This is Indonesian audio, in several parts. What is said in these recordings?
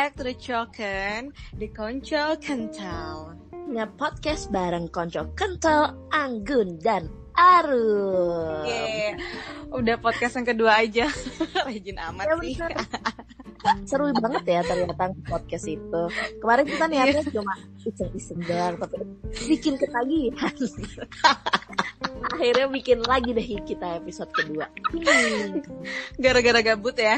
back to the Choken, di Konco Kental. Podcast bareng Konco Kental, Anggun dan Arum. Udah podcast yang kedua aja. Rajin amat ya, sih. Seru banget ya ternyata podcast itu. Kemarin kita niatnya cuma iseng-iseng doang, tapi bikin ketagihan. Akhirnya bikin lagi deh kita episode kedua. Gara-gara gabut ya.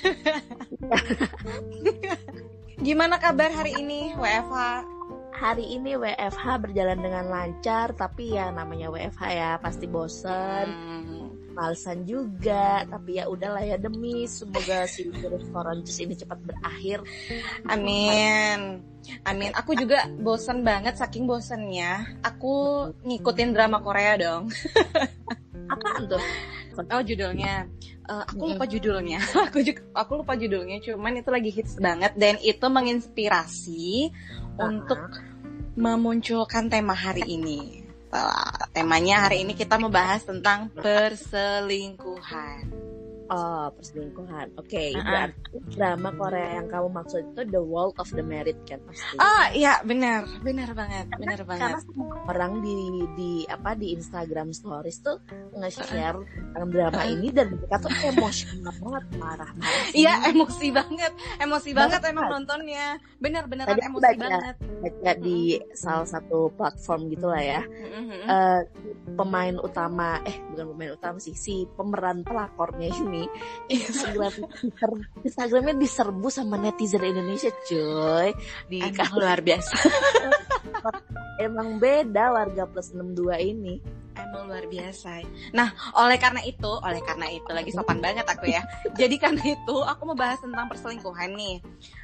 Gimana kabar hari ini WFH? Hari ini WFH berjalan dengan lancar, tapi ya namanya WFH ya pasti bosen. Malesan juga, tapi ya udahlah ya, demi semoga si virus corona ini cepat berakhir. Amin. Aku juga bosan banget, saking bosennya aku ngikutin drama Korea dong. Apaan tuh? Oh, judulnya aku lupa judulnya. Aku lupa judulnya, cuman itu lagi hits banget dan itu menginspirasi untuk memunculkan tema hari ini. Temanya hari ini kita membahas tentang perselingkuhan. Oh, perselingkuhan. Oke, berarti drama Korea yang kamu maksud itu The World of the Married kan pasti. Oh, iya, benar banget. Karena orang di Instagram Stories tuh nge-share tentang drama ini dan mereka tuh emosional banget, marah. Iya, emosi banget emang nontonnya. Benar-benar emosi banget. Baca di salah satu platform gitulah ya. Pemain utama, bukan pemain utama sih, si pemeran pelakornya ini Instagramnya diserbu sama netizen Indonesia, cuy. Luar biasa. Emang beda warga plus 62 ini. Emang luar biasa. Nah, oleh karena itu lagi sopan banget aku ya. Jadi karena itu aku mau bahas tentang perselingkuhan nih.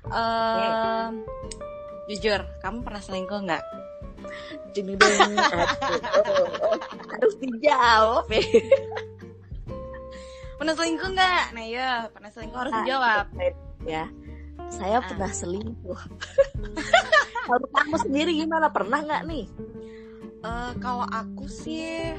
Jujur, kamu pernah selingkuh nggak? Harus dijawab ya. Pernah selingkuh nggak? Nah ya, pernah selingkuh harus dijawab. Ya, saya pernah selingkuh. Kalau kamu sendiri gimana? Pernah nggak nih? Kalau aku sih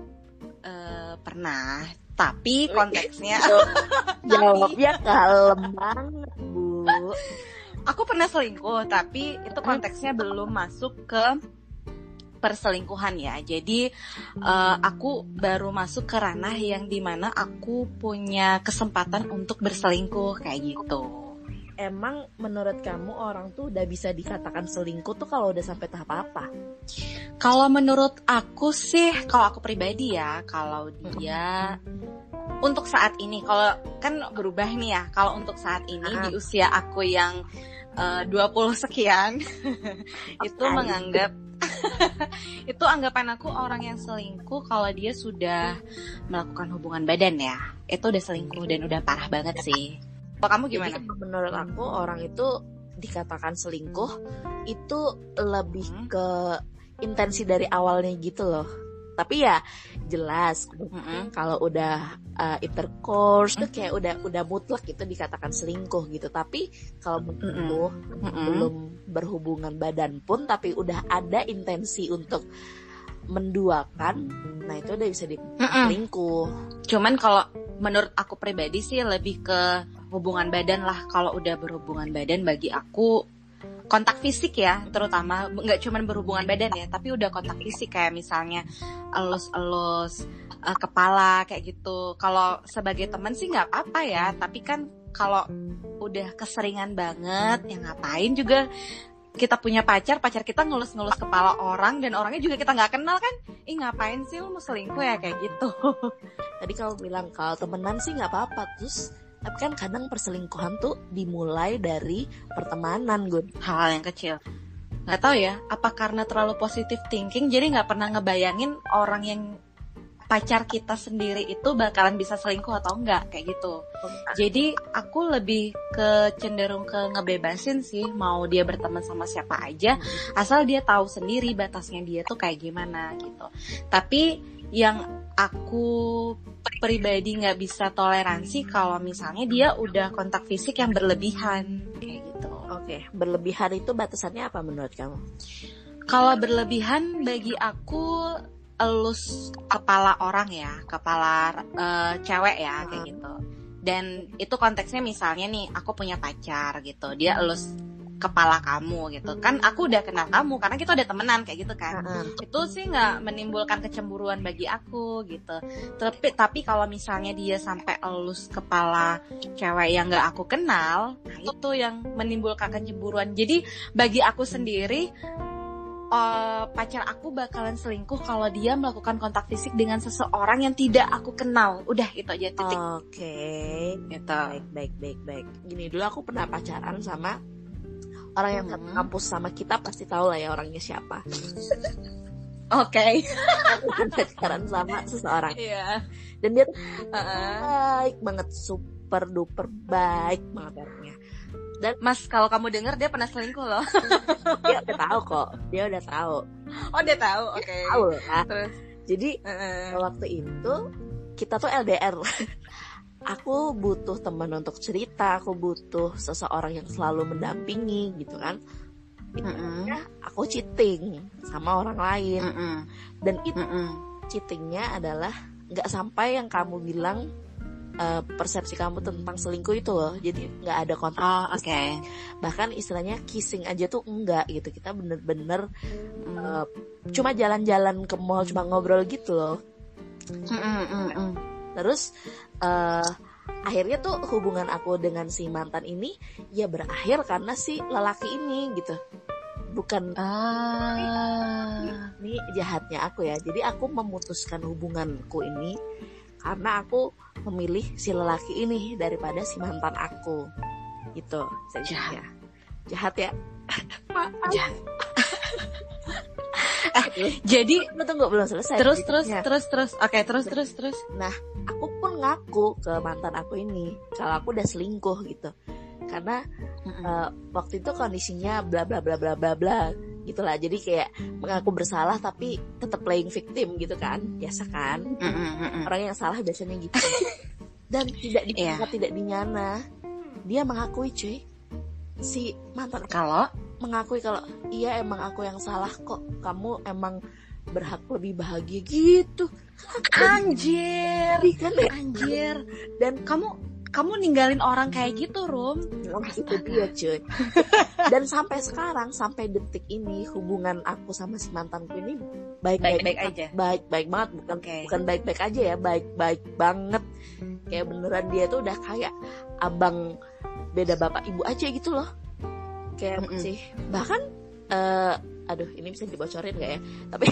pernah, tapi konteksnya jawabnya kalem banget, Bu. Aku pernah selingkuh, tapi itu konteksnya belum masuk ke perselingkuhan ya. Jadi aku baru masuk ke ranah yang dimana aku punya kesempatan untuk berselingkuh kayak gitu. Emang menurut kamu orang tuh udah bisa dikatakan selingkuh tuh kalau udah sampai tahap apa? Kalau menurut aku sih, kalau aku pribadi ya, kalau dia untuk saat ini, kalau kan berubah nih ya, kalau untuk saat ini di usia aku yang 20 sekian itu menganggap itu anggapan aku orang yang selingkuh kalau dia sudah melakukan hubungan badan ya, itu udah selingkuh dan udah parah banget sih. Kalau kamu gimana? Jadi, menurut aku orang itu dikatakan selingkuh itu lebih ke intensi dari awalnya gitu loh. Tapi ya jelas kalau udah intercourse tuh kayak udah mutlak gitu dikatakan selingkuh gitu. Tapi kalau belum berhubungan badan pun tapi udah ada intensi untuk menduakan, nah itu udah bisa selingkuh. Cuman kalau menurut aku pribadi sih lebih ke hubungan badan lah. Kalau udah berhubungan badan bagi aku kontak fisik ya, terutama nggak cuma berhubungan badan ya, tapi udah kontak fisik kayak misalnya elus-elus kepala kayak gitu. Kalau sebagai teman sih nggak apa-apa ya, tapi kan kalau udah keseringan banget, ya ngapain juga kita punya pacar kita ngelus-ngelus kepala orang dan orangnya juga kita nggak kenal kan? Ngapain sih lu mau selingkuh ya kayak gitu? Tadi kamu bilang kalau temenan sih nggak apa-apa, terus tapi kan kadang perselingkuhan tuh dimulai dari pertemanan, Gun. Hal yang kecil. Nggak tahu ya, apa karena terlalu positive thinking jadi nggak pernah ngebayangin orang yang pacar kita sendiri itu bakalan bisa selingkuh atau enggak kayak gitu. Jadi aku lebih cenderung ke ngebebasin sih, mau dia berteman sama siapa aja asal dia tahu sendiri batasnya dia tuh kayak gimana gitu. Tapi yang aku pribadi nggak bisa toleransi kalau misalnya dia udah kontak fisik yang berlebihan kayak gitu. Oke, berlebihan itu batasannya apa menurut kamu? Kalau berlebihan bagi aku elus kepala orang ya, kepala cewek ya kayak gitu. Dan itu konteksnya misalnya nih, aku punya pacar gitu, dia elus kepala kamu gitu kan, aku udah kenal kamu karena kita udah temenan kayak gitu kan. Itu sih nggak menimbulkan kecemburuan bagi aku gitu. Tapi kalau misalnya dia sampai elus kepala cewek yang nggak aku kenal, nah itu yang menimbulkan kecemburuan. Jadi bagi aku sendiri, pacar aku bakalan selingkuh kalau dia melakukan kontak fisik dengan seseorang yang tidak aku kenal. Udah, itu aja, titik. Oke. Gitu. Baik. Gini, dulu aku pernah pacaran sama orang yang satu kampus sama kita, pasti tahu lah ya orangnya siapa. Oke. Aku pacaran sama seseorang. Iya. Dan dia baik banget, super duper baik banget orangnya. Dan Mas, kalau kamu denger dia pernah selingkuh loh. Dia udah tahu kok. Dia udah tahu. Oh, dia tahu. Oke. Tahu lah. Terus jadi waktu itu kita tuh LDR. Aku butuh teman untuk cerita, aku butuh seseorang yang selalu mendampingi gitu kan. Aku cheating sama orang lain. Dan itu cheatingnya adalah nggak sampai yang kamu bilang persepsi kamu tentang selingkuh itu loh. Jadi nggak ada kontak. Oke. Bahkan istilahnya kissing aja tuh enggak gitu. Kita bener-bener cuma jalan-jalan ke mall, cuma ngobrol gitu loh. Terus akhirnya tuh hubungan aku dengan si mantan ini ya berakhir karena si lelaki ini gitu. Bukan ini jahatnya aku ya. Jadi aku memutuskan hubunganku ini karena aku memilih si lelaki ini daripada si mantan aku. Gitu. Jahat ya. Jahat. Jadi tunggu, belum selesai. Terus. Oke, terus. Nah, aku pun ngaku ke mantan aku ini kalau aku udah selingkuh gitu. Karena waktu itu kondisinya bla bla bla bla bla bla gitulah. Jadi kayak mengaku bersalah tapi tetap playing victim gitu kan. Biasa kan? Orang yang salah biasanya gitu. Dan tidak dianggap, tidak dinyana. Dia mengakui, cuy. Si mantan kalau mengakui kalau iya emang aku yang salah kok, kamu emang berhak lebih bahagia gitu. Anjir. Anjir. Dan kamu ninggalin orang kayak gitu, Rum. Itu dia, cuy. Dan sampai sekarang, sampai detik ini hubungan aku sama si mantanku ini baik-baik aja. Baik-baik banget, bukan baik-baik aja ya, baik-baik banget. Kayak beneran dia tuh udah kayak abang beda bapak ibu aja gitu loh. Kayak sih. Bahkan aduh, ini bisa dibocorin gak ya? Tapi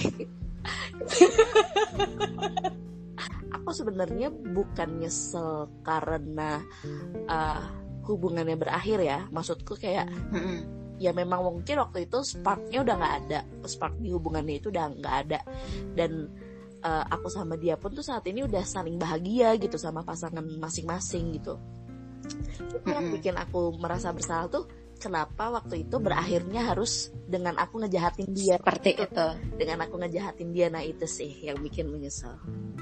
aku sebenarnya bukan nyesel karena hubungannya berakhir ya. Maksudku kayak ya memang mungkin waktu itu sparknya udah nggak ada, spark di hubungannya itu udah nggak ada. Dan aku sama dia pun tuh saat ini udah saling bahagia gitu sama pasangan masing-masing gitu. Yang bikin aku merasa bersalah tuh kenapa waktu itu berakhirnya harus dengan aku ngejahatin dia. Seperti itu. Dengan aku ngejahatin dia, nah itu sih yang bikin menyesal.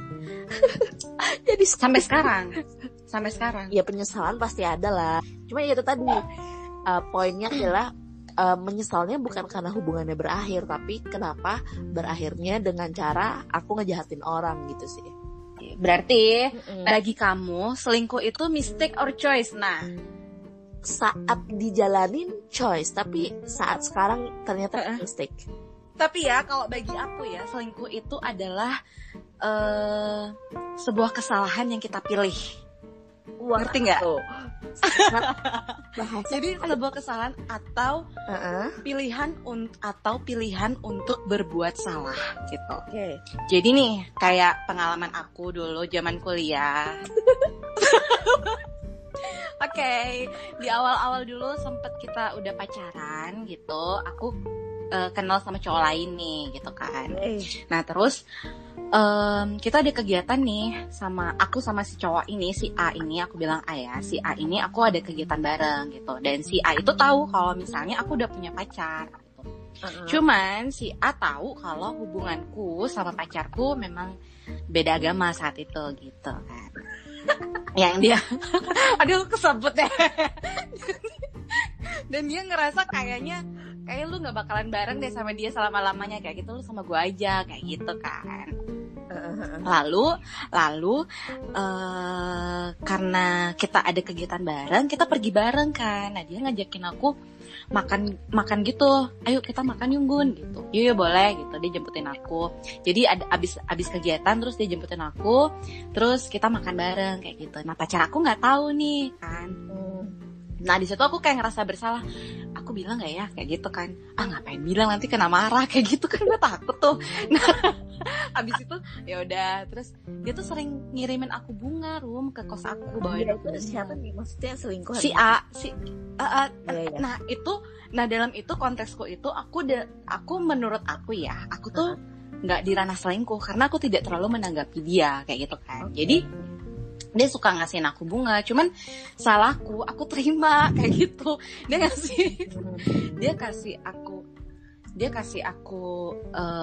Jadi sampai sekarang. Ya penyesalan pasti ada lah. Cuma ya itu tadi poinnya adalah menyesalnya bukan karena hubungannya berakhir, tapi kenapa berakhirnya dengan cara aku ngejahatin orang gitu sih. Berarti bagi kamu selingkuh itu mistake or choice. Nah, saat dijalanin choice, tapi saat sekarang ternyata mistake. Tapi ya kalau bagi aku ya, selingkuh itu adalah sebuah kesalahan yang kita pilih. Ngerti nggak? Jadi sebuah kesalahan atau pilihan untuk berbuat salah gitu. Jadi nih kayak pengalaman aku dulu zaman kuliah. Di awal-awal dulu sempet kita udah pacaran gitu. Aku kenal sama cowok lain nih gitu kan. Nah terus kita ada kegiatan nih sama aku sama si cowok ini, si A ini, aku bilang A ya, si A ini aku ada kegiatan bareng gitu. Dan si A itu tahu kalau misalnya aku udah punya pacar gitu. Cuman si A tahu kalau hubunganku sama pacarku memang beda agama saat itu gitu kan. Yang dia aduh kesebut ya. Dan dia ngerasa kayak lu gak bakalan bareng deh sama dia selama-lamanya, kayak gitu, lu sama gue aja kayak gitu kan. Lalu karena kita ada kegiatan bareng, kita pergi bareng kan. Nah dia ngajakin aku makan gitu, ayo kita makan yung Gun gitu, yuk boleh gitu. Dia jemputin aku, jadi ada abis kegiatan terus dia jemputin aku, terus kita makan bareng kayak gitu. Nah pacar aku nggak tahu nih kan. Nah di situ aku kayak ngerasa bersalah. Aku bilang nggak ya kayak gitu kan? Ngapain bilang, nanti kena marah kayak gitu kan, gue takut tuh. Nah abis itu ya udah, terus dia tuh sering ngirimin aku bunga ke kos aku, bawain aku. Siapa nih maksudnya selingkuh? Si A, Nah itu, dalam itu konteksku itu aku menurut aku ya, aku tuh nggak di ranah selingkuh karena aku tidak terlalu menanggapi dia kayak gitu kan. Jadi dia suka ngasihin aku bunga, cuman salahku aku terima kayak gitu. Dia kasih aku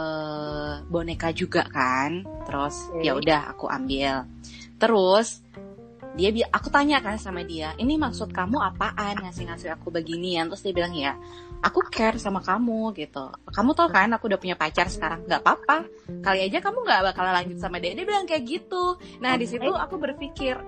boneka juga kan. Terus ya udah aku ambil. Terus aku tanya kan sama dia, ini maksud kamu apaan ngasih aku beginian? Terus dia bilang ya, aku care sama kamu gitu. Kamu tau kan aku udah punya pacar sekarang, nggak apa-apa. Kali aja kamu nggak bakalan lanjut sama dia. Dia bilang kayak gitu. Nah di situ aku berpikir,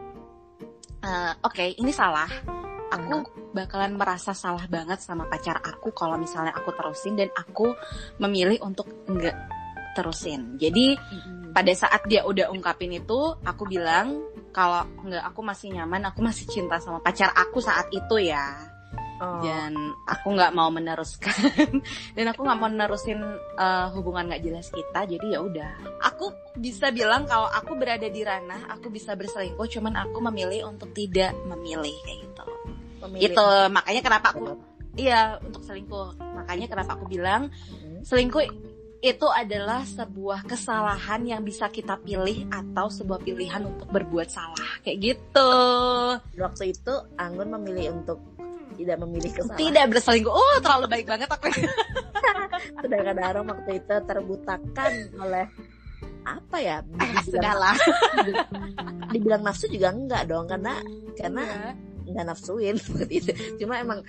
oke, ini salah. Aku bakalan merasa salah banget sama pacar aku kalau misalnya aku terusin dan aku memilih untuk nggak terusin. Jadi pada saat dia udah ungkapin itu, aku bilang kalau nggak, aku masih nyaman, aku masih cinta sama pacar aku saat itu ya. Dan aku nggak mau meneruskan dan aku nggak mau nerusin hubungan nggak jelas kita. Jadi ya udah, aku bisa bilang kalau aku berada di ranah aku bisa berselingkuh, cuman aku memilih untuk tidak memilih kayak gitu. Itu makanya kenapa aku untuk selingkuh. Makanya kenapa aku bilang selingkuh itu adalah sebuah kesalahan yang bisa kita pilih atau sebuah pilihan untuk berbuat salah kayak gitu. Waktu itu Anggun memilih untuk tidak memilih kesalahan, tidak berselingkuh. Terlalu baik banget aku. Sedangkan Arum waktu itu terbutakan oleh apa ya? Sudahlah. Dibilang nafsu juga enggak dong, karena nggak nafsuin seperti itu. Cuma emang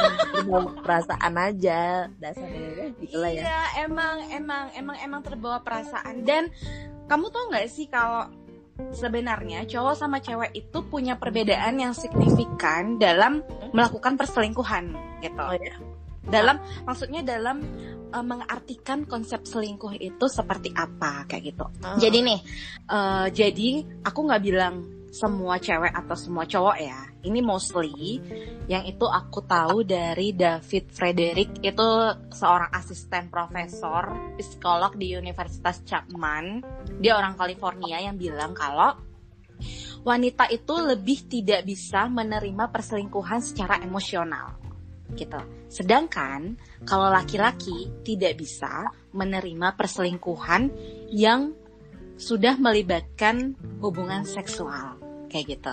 perasaan aja dasarnya gitulah ya. Iya, emang terbawa perasaan. Dan kamu tau nggak sih kalau sebenarnya cowok sama cewek itu punya perbedaan yang signifikan dalam melakukan perselingkuhan gitu. Maksudnya dalam mengartikan konsep selingkuh itu seperti apa kayak gitu. Jadi nih, jadi aku nggak bilang semua cewek atau semua cowok ya. Ini mostly yang itu aku tahu dari David Frederick, itu seorang asisten profesor psikolog di Universitas Chapman. Dia orang California yang bilang kalau wanita itu lebih tidak bisa menerima perselingkuhan secara emosional gitu. Sedangkan kalau laki-laki tidak bisa menerima perselingkuhan yang sudah melibatkan hubungan seksual kayak gitu.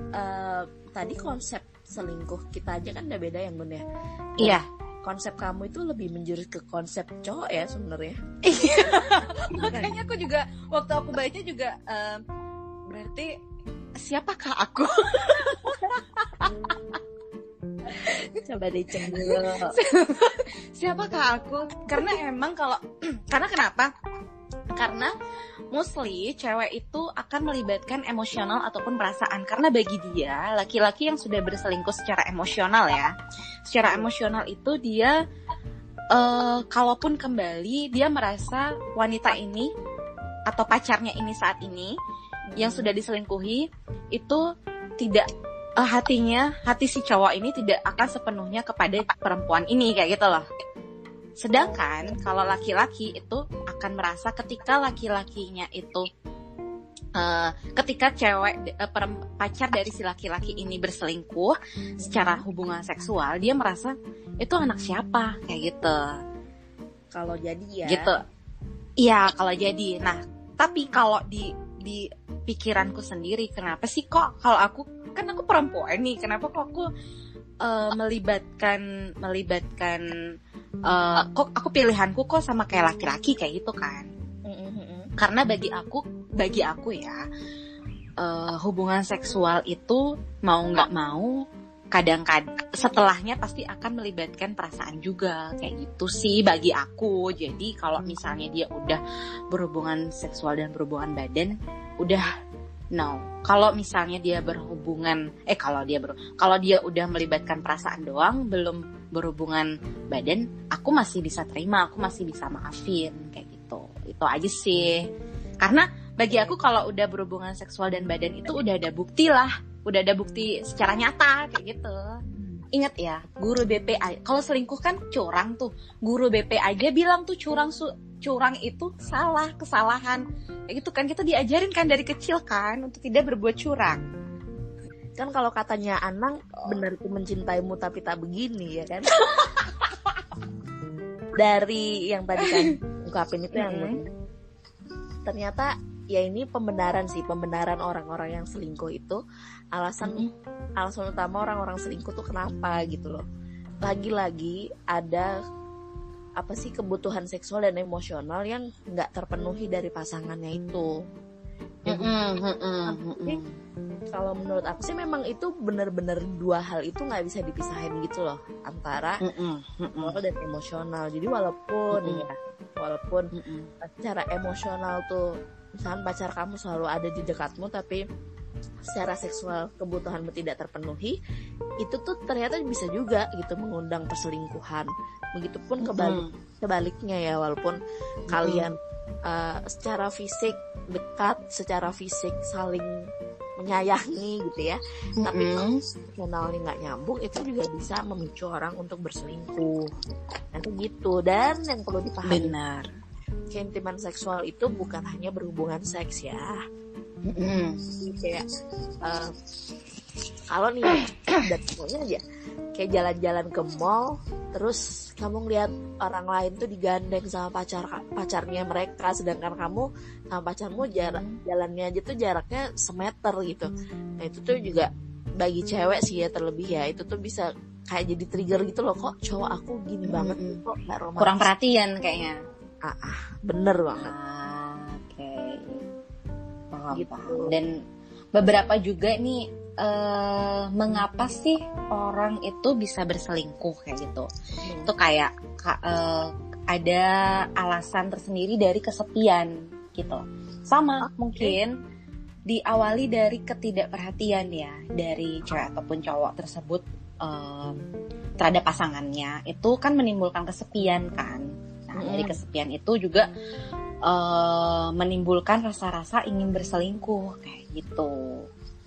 Tadi konsep selingkuh kita aja kan udah beda ya Bun ya. Iya. Konsep kamu itu lebih menjurus ke konsep cowok ya sebenarnya. Iya. Makanya aku juga waktu aku baca juga berarti siapakah aku? Coba dicek dulu. Siapakah aku? Karena kenapa? Karena mostly cewek itu akan melibatkan emosional ataupun perasaan. Karena bagi dia, laki-laki yang sudah berselingkuh secara emosional ya, secara emosional itu dia kalaupun kembali, dia merasa wanita ini atau pacarnya ini saat ini yang sudah diselingkuhi itu tidak, hati si cowok ini tidak akan sepenuhnya kepada perempuan ini kayak gitu loh. Sedangkan kalau laki-laki itu akan merasa ketika laki-lakinya itu ketika pacar dari si laki-laki ini berselingkuh secara hubungan seksual, dia merasa itu anak siapa kayak gitu. Kalau jadi ya. Gitu. Iya, kalau jadi. Nah, tapi kalau di pikiranku sendiri, kenapa sih kok kalau aku perempuan nih, kenapa kok aku melibatkan kok aku pilihanku kok sama kayak laki-laki kayak gitu kan. Karena bagi aku ya, hubungan seksual itu mau nggak mau kadang-kadang setelahnya pasti akan melibatkan perasaan juga, kayak gitu sih bagi aku. Jadi kalau misalnya dia udah berhubungan seksual dan berhubungan badan, udah no. Kalau misalnya dia berhubungan kalau dia udah melibatkan perasaan doang, belum berhubungan badan, aku masih bisa terima, aku masih bisa maafin, kayak gitu. Itu aja sih. Karena bagi aku kalau udah berhubungan seksual dan badan itu udah ada bukti lah. Udah ada bukti secara nyata kayak gitu. Ingat ya, guru BP kalau selingkuh kan curang tuh. Guru BP aja bilang tuh curang itu salah, kesalahan. Kayak gitu kan, kita diajarin kan dari kecil kan untuk tidak berbuat curang. Kan kalau katanya Anang, benar itu mencintaimu tapi tak begini ya kan. Dari yang tadi kan ungkapin itu yang ternyata ya ini pembenaran orang-orang yang selingkuh itu alasan utama orang-orang selingkuh tuh kenapa gitu loh. Lagi-lagi ada apa sih kebutuhan seksual dan emosional yang nggak terpenuhi dari pasangannya itu. Jadi kalau menurut aku sih memang itu benar-benar dua hal itu nggak bisa dipisahin gitu loh antara seksual dan emosional. Jadi walaupun secara emosional tuh misalkan pacar kamu selalu ada di dekatmu tapi secara seksual kebutuhanmu tidak terpenuhi, itu tuh ternyata bisa juga gitu mengundang perselingkuhan. Begitupun kebaliknya ya, walaupun kalian secara fisik dekat, secara fisik saling menyayangi gitu ya, tapi emosionalnya nggak nyambung, itu juga bisa memicu orang untuk berselingkuh. Nanti gitu. Dan yang perlu dipahami, benar, keintiman seksual itu bukan hanya berhubungan seks ya. Kayak kalau nih dan semuanya aja kayak jalan-jalan ke mall, terus kamu ngeliat orang lain tuh digandeng sama pacarnya mereka, sedangkan kamu sama pacarmu jalannya aja tuh jaraknya semeter gitu. Nah itu tuh juga bagi cewek sih ya, terlebih ya, itu tuh bisa kayak jadi trigger gitu loh, kok cowok aku gini banget kok gak romantis, kurang perhatian kayaknya. Bener banget. Oke. Gitu. Paham. Dan beberapa juga nih mengapa sih orang itu bisa berselingkuh kayak gitu. Itu kayak ada alasan tersendiri dari kesepian gitu. Sama mungkin diawali dari ketidakperhatian ya dari cewek ataupun cowok tersebut terhadap pasangannya, itu kan menimbulkan kesepian kan. Nah, dari kesepian itu juga menimbulkan rasa-rasa ingin berselingkuh kayak gitu.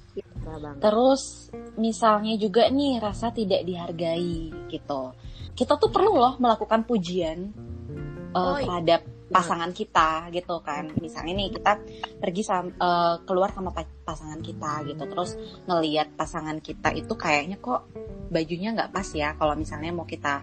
Terus misalnya juga nih rasa tidak dihargai gitu. Kita tuh perlu loh melakukan pujian terhadap pasangan kita gitu kan. Misalnya nih kita pergi keluar sama pasangan kita gitu, terus ngelihat pasangan kita itu kayaknya kok bajunya nggak pas ya, kalau misalnya mau kita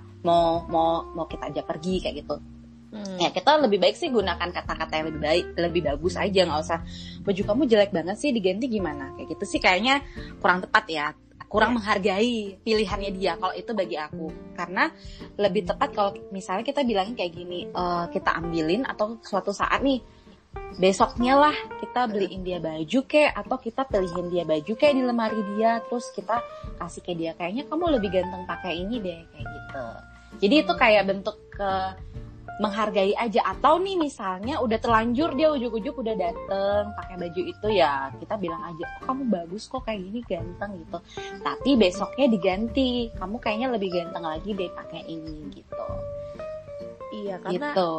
ajak pergi kayak gitu. Ya kita lebih baik sih gunakan kata-kata yang lebih bagus aja, nggak usah baju kamu jelek banget sih diganti gimana, kayak gitu sih kayaknya kurang tepat ya, kurang menghargai pilihannya dia kalau itu bagi aku. Karena lebih tepat kalau misalnya kita bilangin kayak gini, kita ambilin atau suatu saat nih besoknya lah kita beliin dia baju kek, atau kita pilihin dia baju kayak di lemari dia, terus kita kasih ke dia, kayaknya kamu lebih ganteng pakai ini deh kayak gitu. Jadi itu kayak bentuk menghargai aja. Atau nih misalnya udah terlanjur dia ujuk-ujuk udah dateng pakai baju itu, ya kita bilang aja, oh, kamu bagus kok kayak gini, ganteng gitu, tapi besoknya diganti, kamu kayaknya lebih ganteng lagi deh pakai ini gitu. Iya, karena gitu.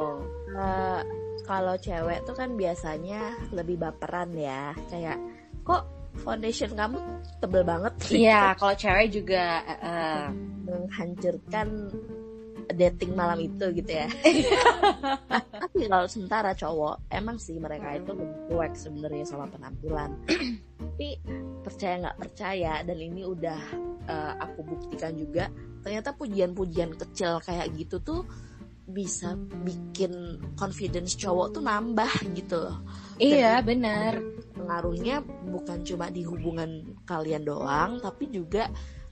Kalau cewek tuh kan biasanya lebih baperan ya, kayak kok foundation kamu tebel banget. Iya, kalau cewek juga menghancurkan dating malam itu gitu ya. Tapi kalau sementara cowok emang sih mereka itu lebih cuek sebenarnya sama penampilan. Tapi percaya nggak percaya, dan ini udah aku buktikan juga, ternyata pujian-pujian kecil kayak gitu tuh bisa bikin confidence cowok tuh nambah gitu loh. Iya, benar. Pengaruhnya bukan cuma di hubungan kalian doang, tapi juga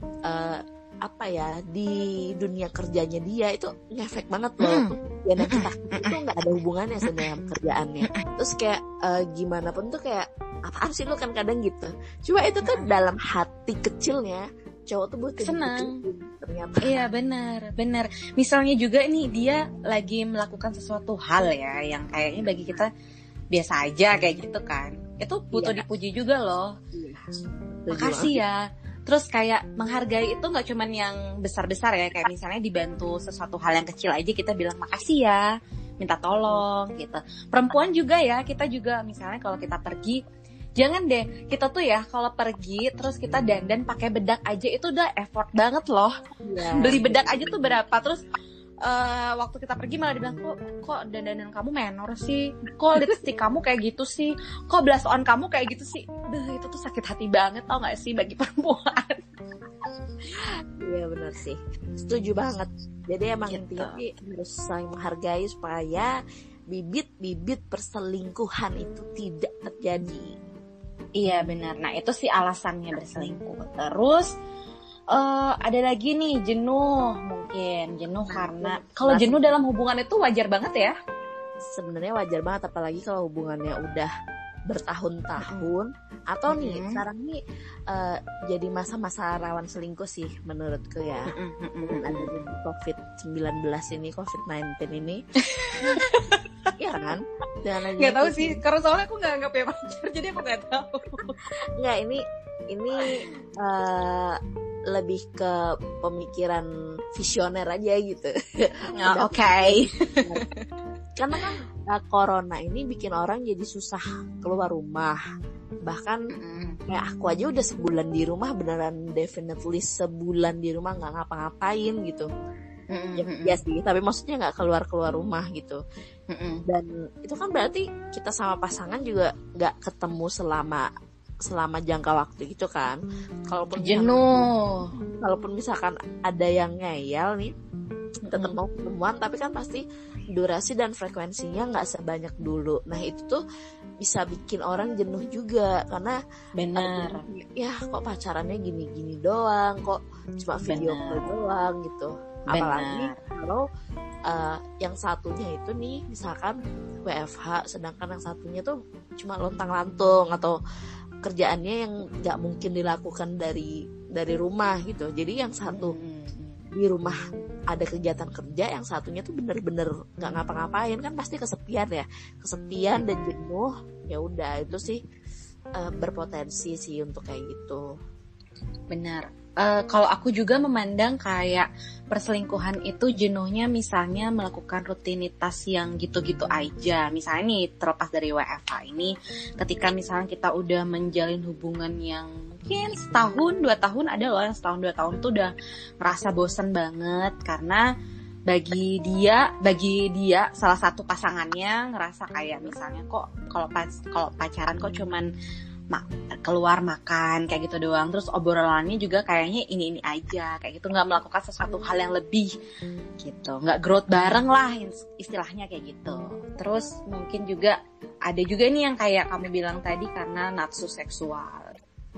di dunia kerjanya dia itu ngefek banget loh. Yang kita itu nggak ada hubungannya sebenarnya sama kerjaannya. Terus kayak gimana pun tuh kayak apaan sih lu kan kadang gitu. Cuma itu tuh dalam hati kecilnya cowok tuh butuh senang ternyata. Iya benar. Misalnya juga nih dia lagi melakukan sesuatu hal ya yang kayaknya bagi kita biasa aja kayak gitu kan, itu butuh dipuji juga loh. Makasih ya. Terus kayak menghargai itu nggak cuman yang besar-besar ya, kayak misalnya dibantu sesuatu hal yang kecil aja kita bilang makasih ya, minta tolong gitu. Perempuan juga ya, kita juga misalnya kalau kita pergi, jangan deh kita tuh ya kalau pergi terus kita dandan pakai bedak aja itu udah effort banget loh. Beli bedak aja tuh berapa, terus waktu kita pergi malah dibilang kok dandanan kamu menor sih, kok lipstick kamu kayak gitu sih, kok blush on kamu kayak gitu sih. Itu tuh sakit hati banget tau gak sih bagi perempuan. Iya benar sih, setuju banget. Jadi emang gitu. Intinya harus saling menghargai supaya bibit-bibit perselingkuhan itu tidak terjadi. Iya benar. Nah itu sih alasannya berselingkuh. Terus ada lagi nih jenuh, mungkin jenuh karena kalau jenuh dalam hubungan itu wajar banget ya. Sebenarnya wajar banget, apalagi kalau hubungannya udah bertahun-tahun atau nih sekarang nih jadi masa-masa rawan selingkuh sih menurutku ya. Dengan adanya COVID-19 ini, COVID-19 ini. Iya kan? Nggak tahu sih, karena soalnya aku nggak punya pacar, jadi aku nggak tahu. Nggak, ini lebih ke pemikiran visioner aja gitu. Oke. Karena kan corona ini bikin orang jadi susah keluar rumah. Bahkan kayak aku aja udah sebulan di rumah, beneran definitely sebulan di rumah nggak ngapa-ngapain gitu. Ya sih, tapi maksudnya nggak keluar rumah gitu. Dan itu kan berarti kita sama pasangan juga nggak ketemu selama jangka waktu gitu kan. Kalaupun jenuh, kalaupun misalkan ada yang ngeyel nih, tetap mau ketemuan, tapi kan pasti durasi dan frekuensinya nggak sebanyak dulu. Nah itu tuh bisa bikin orang jenuh juga, karena benar ya kok pacarannya gini-gini doang, kok cuma video call doang gitu. Apalagi kalau yang satunya itu nih misalkan WFH, sedangkan yang satunya tuh cuma lontang-lantung atau kerjaannya yang nggak mungkin dilakukan dari rumah gitu. Jadi yang satu di rumah ada kegiatan kerja, yang satunya tuh bener-bener nggak ngapa-ngapain, kan pasti kesepian dan jenuh. Ya udah itu sih berpotensi sih untuk kayak gitu. Benar. Kalau aku juga memandang kayak perselingkuhan itu jenuhnya misalnya melakukan rutinitas yang gitu-gitu aja. Misalnya nih terlepas dari WFH ini, ketika misalnya kita udah menjalin hubungan yang mungkin setahun 2 tahun, ada loh yang setahun 2 tahun tuh udah ngerasa bosen banget karena bagi dia salah satu pasangannya ngerasa kayak misalnya kok kalau pacaran kok cuman keluar makan kayak gitu doang, terus obrolannya juga kayaknya ini aja kayak gitu, nggak melakukan sesuatu hal yang lebih gitu, nggak growth bareng lah istilahnya kayak gitu. Terus mungkin juga ada juga nih yang kayak kamu bilang tadi karena nafsu seksual.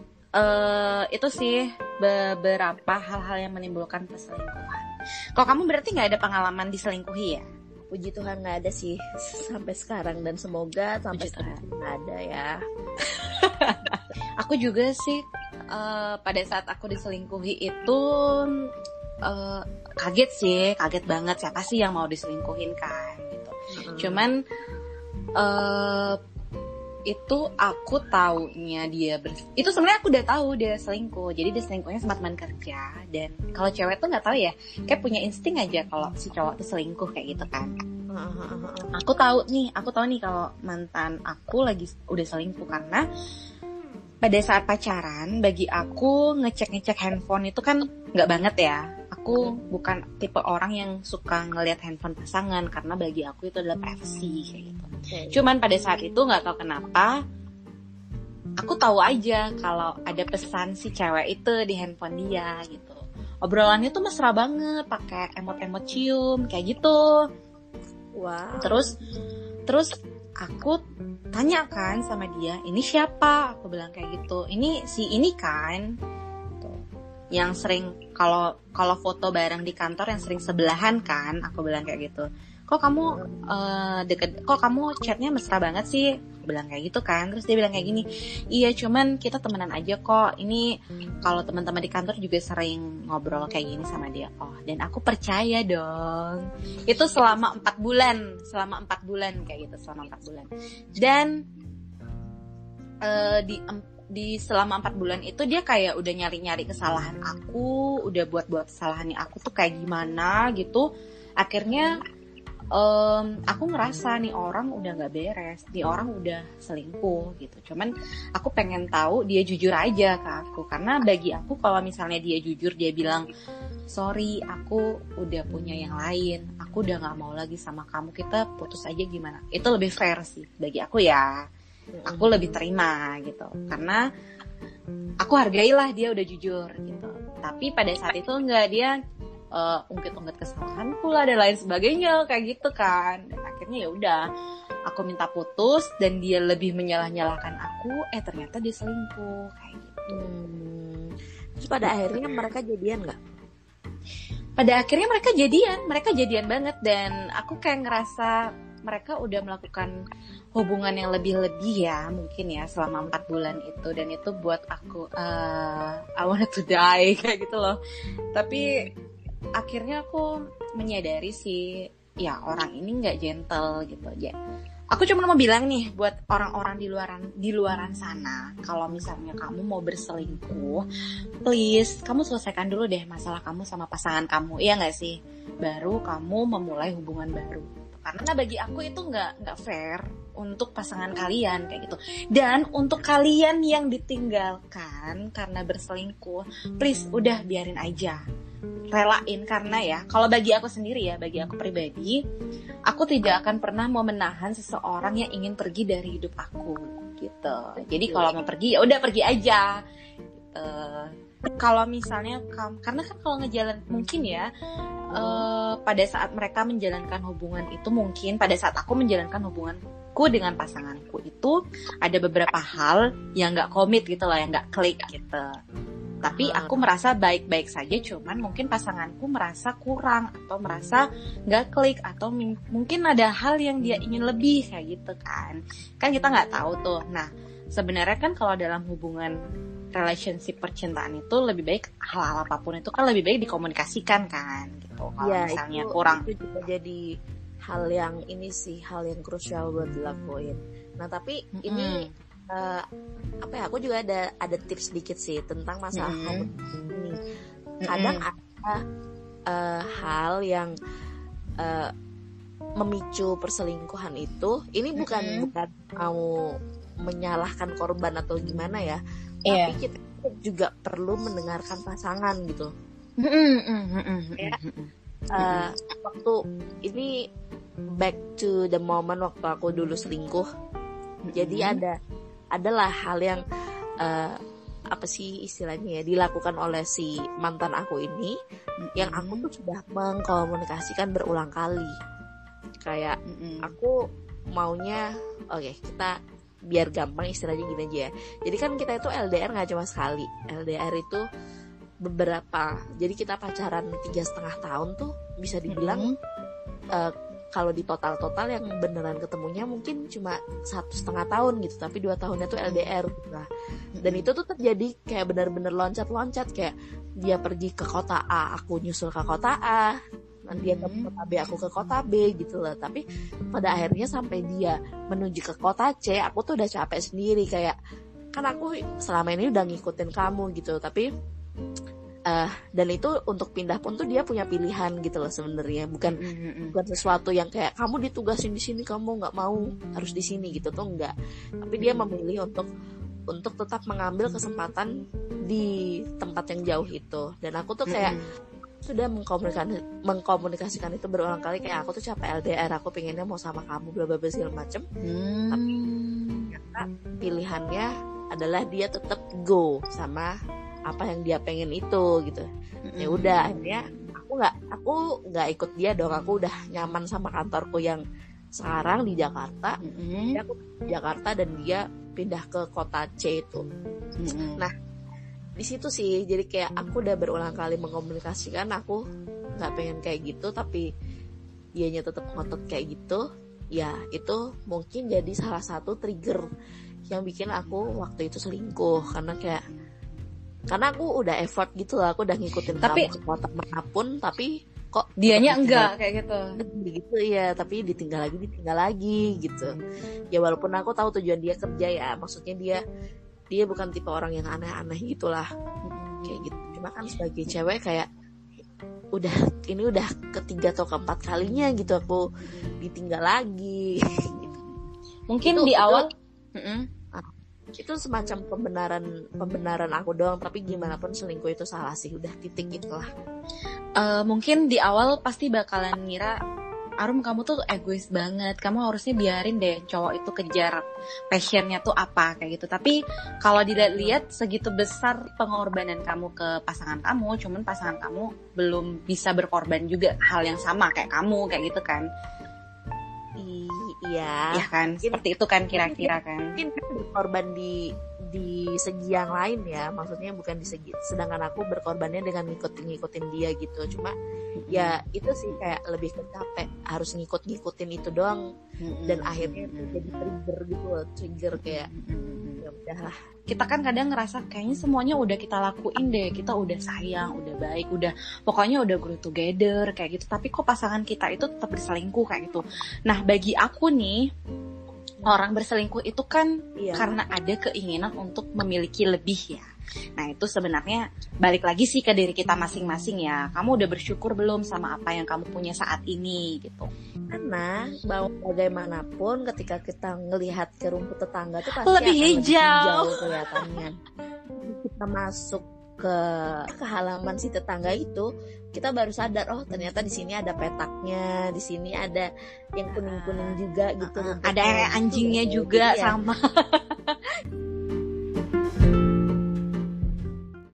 Itu sih beberapa hal-hal yang menimbulkan perselingkuhan. Kalau kamu berarti nggak ada pengalaman diselingkuhi ya? Puji Tuhan nggak ada sih sampai sekarang, dan semoga sampai sekarang nggak ada ya. Aku juga sih pada saat aku diselingkuhi itu kaget banget, siapa sih yang mau diselingkuhin kan gitu. Cuman itu aku taunya itu sebenarnya aku udah tahu dia selingkuh. Jadi dia selingkuhnya sama teman kerja, dan kalau cewek tuh nggak tahu ya, kayak punya insting aja kalau si cowok tuh selingkuh kayak gitu kan. Aku tahu nih kalau mantan aku udah selingkuh, karena pada saat pacaran bagi aku ngecek handphone itu kan nggak banget ya. Aku bukan tipe orang yang suka ngelihat handphone pasangan, karena bagi aku itu adalah privacy kayak gitu. Cuman pada saat itu nggak tahu kenapa aku tahu aja kalau ada pesan si cewek itu di handphone dia gitu. Obrolannya tuh mesra banget, pakai emot-emot cium kayak gitu. Wow. Terus aku tanya kan sama dia, ini siapa? Aku bilang kayak gitu. Ini si ini kan, tuh, yang sering kalau foto bareng di kantor yang sering sebelahan kan. Aku bilang kayak gitu. Kok kamu kok kamu chatnya mesra banget sih? Aku bilang kayak gitu kan. Terus dia bilang kayak gini, iya cuman kita temenan aja kok. Ini kalau teman-teman di kantor juga sering ngobrol kayak gini sama dia. Oh, dan aku percaya dong. Itu selama 4 bulan. Selama 4 bulan kayak gitu, selama 4 bulan. Dan di selama 4 bulan itu dia kayak udah nyari-nyari kesalahan aku, udah buat kesalahannya aku tuh kayak gimana gitu. Akhirnya aku ngerasa nih orang udah gak beres, nih orang udah selingkuh gitu. Cuman aku pengen tahu dia jujur aja ke aku, karena bagi aku kalau misalnya dia jujur, dia bilang sorry aku udah punya yang lain, aku udah gak mau lagi sama kamu, kita putus aja gimana, itu lebih fair sih bagi aku ya. Aku lebih terima gitu, karena aku hargailah dia udah jujur gitu. Tapi pada saat itu enggak, dia ungkit-ungkit kesalahanku lah dan lain sebagainya kayak gitu kan. Dan akhirnya ya udah aku minta putus dan dia lebih menyalah-nyalahkan aku, ternyata dia selingkuh kayak gitu. Terus pada akhirnya mereka jadian nggak? Pada akhirnya mereka jadian banget, dan aku kayak ngerasa mereka udah melakukan hubungan yang lebih-lebih ya mungkin ya selama 4 bulan itu, dan itu buat aku I wanted to die kayak gitu loh. Tapi akhirnya aku menyadari sih ya orang ini nggak gentle gitu aja. Aku cuma mau bilang nih buat orang-orang di luaran sana, kalau misalnya kamu mau berselingkuh, please kamu selesaikan dulu deh masalah kamu sama pasangan kamu, iya nggak sih? Baru kamu memulai hubungan baru. Karena bagi aku itu nggak fair untuk pasangan kalian kayak gitu. Dan untuk kalian yang ditinggalkan karena berselingkuh, please udah biarin aja, relain. Karena ya kalau bagi aku sendiri ya, bagi aku pribadi, aku tidak akan pernah mau menahan seseorang yang ingin pergi dari hidup aku gitu. Jadi kalau mau pergi ya udah pergi aja gitu. Kalau misalnya karena kan kalau ngejalan mungkin ya pada saat mereka menjalankan hubungan itu, mungkin pada saat aku menjalankan hubunganku dengan pasanganku itu ada beberapa hal yang nggak komit gitu loh, yang nggak klik gitu. Tapi aku merasa baik-baik saja, cuman mungkin pasanganku merasa kurang atau merasa nggak klik, atau mungkin ada hal yang dia ingin lebih kayak gitu kan kita nggak tahu tuh. Nah sebenarnya kan kalau dalam hubungan relationship percintaan itu lebih baik hal-hal apapun itu kan lebih baik dikomunikasikan kan gitu. Kalau ya, misalnya kurang, itu juga jadi hal yang ini sih, hal yang krusial buat dilakuin. Nah tapi ini apa ya, aku juga ada tips sedikit sih tentang masalah komunikasi ini. Kadang ada hal yang memicu perselingkuhan itu. Ini bukan mau menyalahkan korban atau gimana ya, tapi kita juga perlu mendengarkan pasangan gitu. Waktu ini back to the moment waktu aku dulu selingkuh. Jadi adalah hal yang apa sih istilahnya ya, dilakukan oleh si mantan aku ini, yang aku tuh sudah mengkomunikasikan berulang kali. Kayak aku maunya kita biar gampang istilahnya gini aja ya. Jadi kan kita itu LDR nggak cuma sekali. LDR itu beberapa. Jadi kita pacaran 3,5 tahun tuh bisa dibilang kalau di total yang beneran ketemunya mungkin cuma 1,5 tahun gitu. Tapi 2 tahunnya tuh LDR gitu lah. Dan itu tuh terjadi kayak benar-benar loncat-loncat, kayak dia pergi ke kota A, aku nyusul ke kota A. Nanti dia ke kota B, aku ke kota B gitu loh. Tapi pada akhirnya sampai dia menuju ke kota C, aku tuh udah capek sendiri. Kayak kan aku selama ini udah ngikutin kamu gitu. Tapi dan itu untuk pindah pun tuh dia punya pilihan gitu loh sebenarnya. Bukan sesuatu yang kayak kamu ditugasin di sini, kamu nggak mau harus di sini gitu tuh enggak. Tapi dia memilih untuk tetap mengambil kesempatan di tempat yang jauh itu. Dan aku tuh kayak sudah mengkomunikasikan itu berulang kali, kayak aku tuh capek LDR, aku pengennya mau sama kamu bla bla bla segala macem. Tapi ternyata pilihannya adalah dia tetap go sama apa yang dia pengen itu gitu. Ya udah akhirnya aku nggak ikut dia dong. Aku udah nyaman sama kantorku yang sekarang di Jakarta. Jadi aku di Jakarta dan dia pindah ke kota C itu. Nah di situ sih jadi kayak aku udah berulang kali mengkomunikasikan aku nggak pengen kayak gitu, tapi dianya tetap ngotot kayak gitu. ya itu mungkin jadi salah satu trigger yang bikin aku waktu itu selingkuh. Karena aku udah effort gitu lah, aku udah ngikutin kamu ke kota manapun, tapi kok dianya enggak kayak gitu ya, tapi ditinggal lagi gitu. Ya walaupun aku tahu tujuan dia kerja ya, maksudnya dia bukan tipe orang yang aneh-aneh gitulah, kayak gitu. Cuma kan sebagai cewek kayak ini udah ketiga atau keempat kalinya gitu aku ditinggal lagi. Gitu. Mungkin di awal itu semacam pembenaran aku doang, tapi gimana pun selingkuh itu salah sih, udah titik itulah. Mungkin di awal pasti bakalan ngira, Arum kamu tuh egois banget, kamu harusnya biarin deh cowok itu kejar passionnya tuh apa kayak gitu. Tapi kalau dilihat segitu besar pengorbanan kamu ke pasangan kamu, cuman pasangan kamu belum bisa berkorban juga hal yang sama kayak kamu kayak gitu kan. Iya ya kan, seperti itu kan kira-kira kan. Mungkin kan berkorban di segi yang lain ya, maksudnya bukan di segi, sedangkan aku berkorbannya dengan ngikutin dia gitu. Cuma ya itu sih kayak lebih ke capek harus ngikutin itu doang, dan akhirnya itu jadi trigger kayak ya udahlah. Kita kan kadang ngerasa kayaknya semuanya udah kita lakuin deh, kita udah sayang, udah baik, udah pokoknya udah grow together kayak gitu, tapi kok pasangan kita itu tetap berselingkuh kayak gitu. Nah bagi aku nih, orang berselingkuh itu kan karena ada keinginan untuk memiliki lebih ya. Nah itu sebenarnya balik lagi sih ke diri kita masing-masing ya. Kamu udah bersyukur belum sama apa yang kamu punya saat ini gitu. Karena bagaimanapun ketika kita ngelihat ke rumput tetangga itu pasti lebih akan hijau. Lebih hijau kelihatannya. Kita masuk ke halaman si tetangga itu, kita baru sadar, oh ternyata di sini ada petaknya, di sini ada yang kuning-kuning juga gitu. Ada anjingnya juga sama.